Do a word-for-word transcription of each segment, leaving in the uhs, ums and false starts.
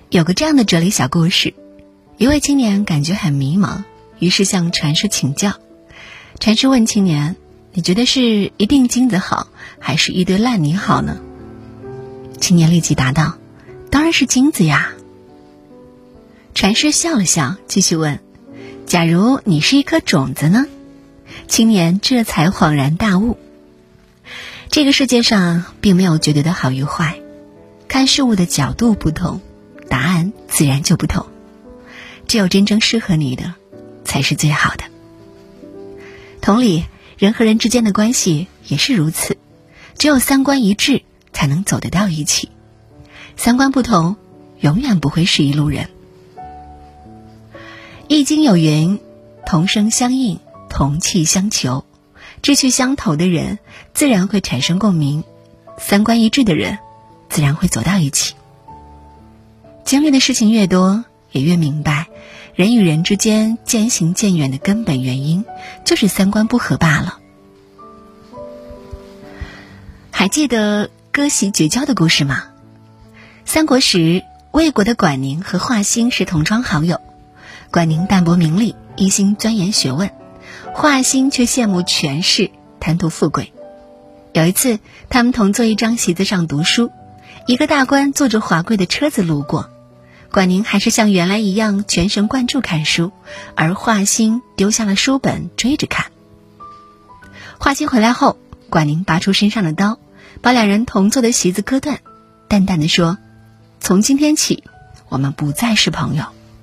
有个这样的哲理小故事，一位青年感觉很迷茫，于是向禅师请教。禅师问青年，你觉得是一锭金子好，还是一堆烂泥好呢？青年立即答道，当然是金子呀。禅师笑了笑，继续问，假如你是一颗种子呢？青年这才恍然大悟，这个世界上并没有绝对的好与坏，看事物的角度不同，答案自然就不同，只有真正适合你的才是最好的。同理，人和人之间的关系也是如此，只有三观一致才能走得到一起，三观不同永远不会是一路人。易经有云，同声相应，同气相求，志趣相投的人自然会产生共鸣，三观一致的人自然会走到一起。经历的事情越多，也越明白人与人之间渐行渐远的根本原因就是三观不合罢了。还记得割席绝交的故事吗？三国时，魏国的管宁和华歆是同窗好友，管宁淡泊名利，一心钻研学问，华歆却羡慕权势，贪图富贵。有一次，他们同坐一张席子上读书，一个大官坐着华贵的车子路过，管宁还是像原来一样全神贯注看书，而华歆丢下了书本追着看。华歆回来后，管宁拔出身上的刀，把两人同坐的席子割断，淡淡地说，从今天起我们不再是朋友。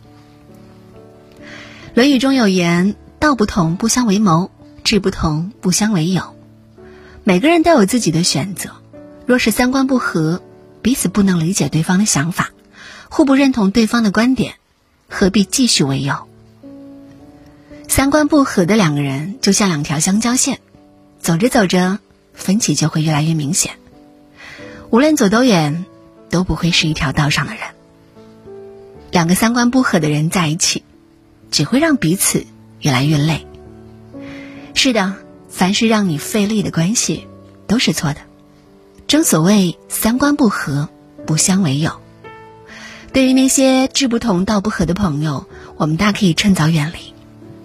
论语中有言，道不同不相为谋，志不同不相为友。每个人都有自己的选择，若是三观不合，彼此不能理解对方的想法，互不认同对方的观点，何必继续为友？三观不合的两个人就像两条相交线，走着走着分歧就会越来越明显，无论走多远都不会是一条道上的人。两个三观不合的人在一起，只会让彼此越来越累。是的，凡是让你费力的关系都是错的。正所谓三观不合不相为友。对于那些志不同道不合的朋友，我们大可以趁早远离。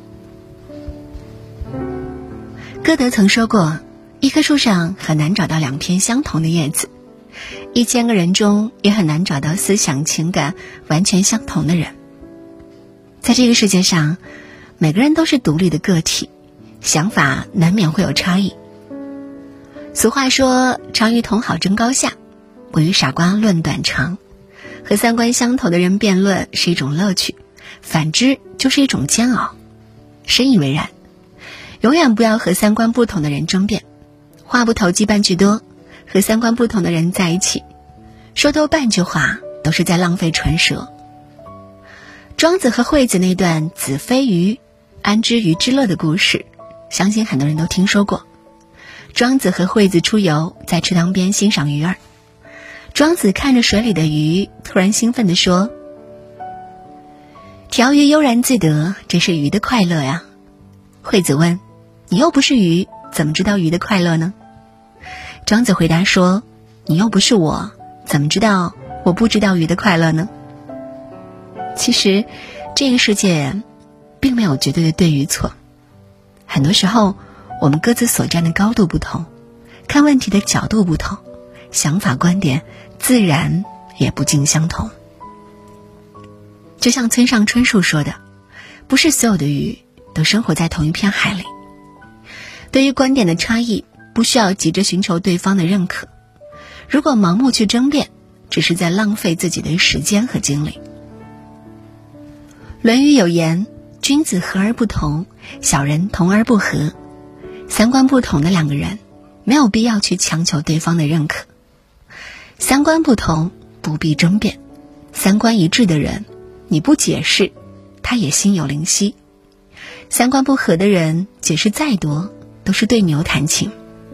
歌德曾说过，一棵树上很难找到两片相同的叶子，一千个人中也很难找到思想情感完全相同的人。在这个世界上，每个人都是独立的个体，想法难免会有差异。俗话说，常与同好争高下，不与傻瓜论短长。和三观相投的人辩论是一种乐趣，反之就是一种煎熬。深以为然，永远不要和三观不同的人争辩，话不投机半句多，和三观不同的人在一起，说多半句话都是在浪费唇舌。庄子和惠子那段子非鱼，安知鱼之乐的故事，相信很多人都听说过。庄子和惠子出游，在池塘边欣赏鱼儿。庄子看着水里的鱼，突然兴奋地说，条鱼悠然自得，这是鱼的快乐呀。惠子问，你又不是鱼，怎么知道鱼的快乐呢？庄子回答说，你又不是我，怎么知道我不知道鱼的快乐呢？其实这个世界并没有绝对的对与错，很多时候我们各自所站的高度不同，看问题的角度不同，想法观点自然也不尽相同。就像村上春树说的，不是所有的鱼都生活在同一片海里。对于观点的差异，不需要急着寻求对方的认可，如果盲目去争辩，只是在浪费自己的时间和精力。论语有言，君子和而不同，小人同而不和。三观不同的两个人，没有必要去强求对方的认可。三观不同，不必争辩。三观一致的人，你不解释，他也心有灵犀。三观不合的人，解释再多，都是对牛弹琴。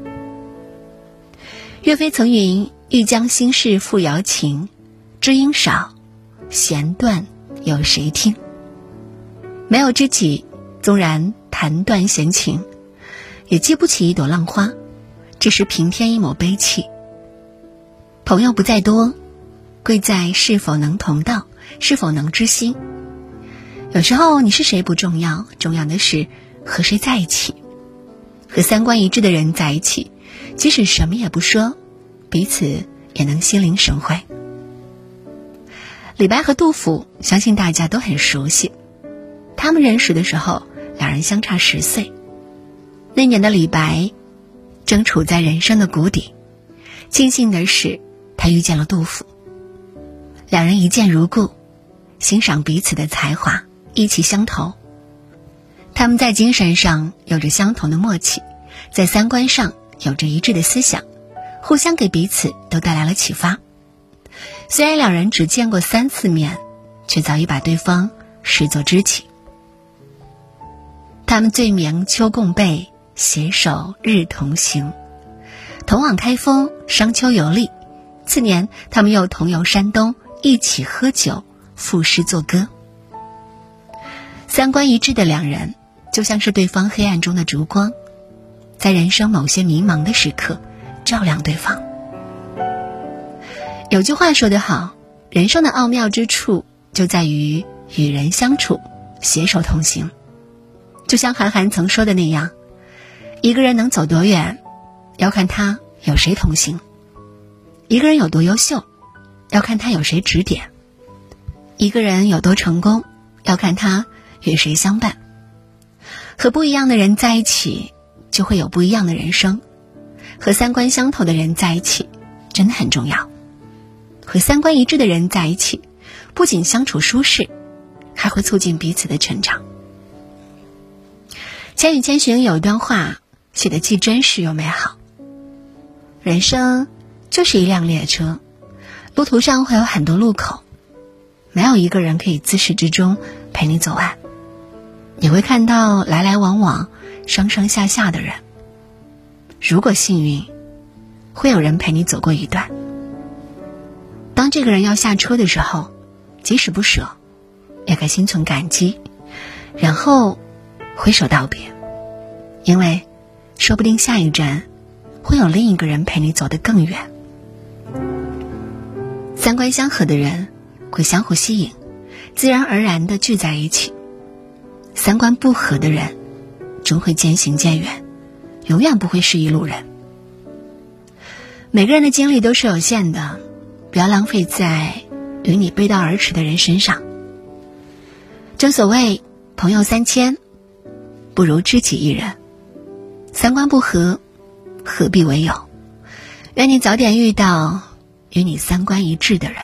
岳飞曾云，欲将心事付瑶琴，知音少，弦断有谁听。没有知己，纵然弹断弦琴，也激不起一朵浪花，只是平添一抹悲戚。朋友不在多， 贵在是否能同道，是否能知心。有时候你是谁不重要，重要的是和谁在一起。和三观一致的人在一起，即使什么也不说，彼此也能心领神会。李白和杜甫相信大家都很熟悉，他们认识的时候两人相差十岁。那年的李白正处在人生的谷底，庆幸的是他遇见了杜甫。两人一见如故，欣赏彼此的才华，意气相投。他们在精神上有着相同的默契，在三观上有着一致的思想，互相给彼此都带来了启发。虽然两人只见过三次面，却早已把对方视作知己。他们醉眠秋共被，携手日同行。同往开封，商丘游历。次年他们又同游山东，一起喝酒，赋诗作歌。三观一致的两人就像是对方黑暗中的烛光，在人生某些迷茫的时刻照亮对方。有句话说得好，人生的奥妙之处就在于与人相处，携手同行。就像韩寒曾说的那样，一个人能走多远，要看他有谁同行；一个人有多优秀，要看他有谁指点；一个人有多成功，要看他与谁相伴。和不一样的人在一起，就会有不一样的人生。和三观相投的人在一起真的很重要。和三观一致的人在一起，不仅相处舒适，还会促进彼此的成长。《千与千寻》有一段话写得既真实又美好。人生就是一辆列车，路途上会有很多路口，没有一个人可以自始至终陪你走完。你会看到来来往往，上上下下的人。如果幸运，会有人陪你走过一段。当这个人要下车的时候，即使不舍，也该心存感激，然后挥手道别。因为说不定下一站会有另一个人陪你走得更远。三观相合的人会相互吸引，自然而然地聚在一起。三观不合的人终会渐行渐远，永远不会是一路人。每个人的精力都是有限的，不要浪费在与你背道而驰的人身上。正所谓朋友三千，不如知己一人。三观不合，何必为友？愿你早点遇到与你三观一致的人。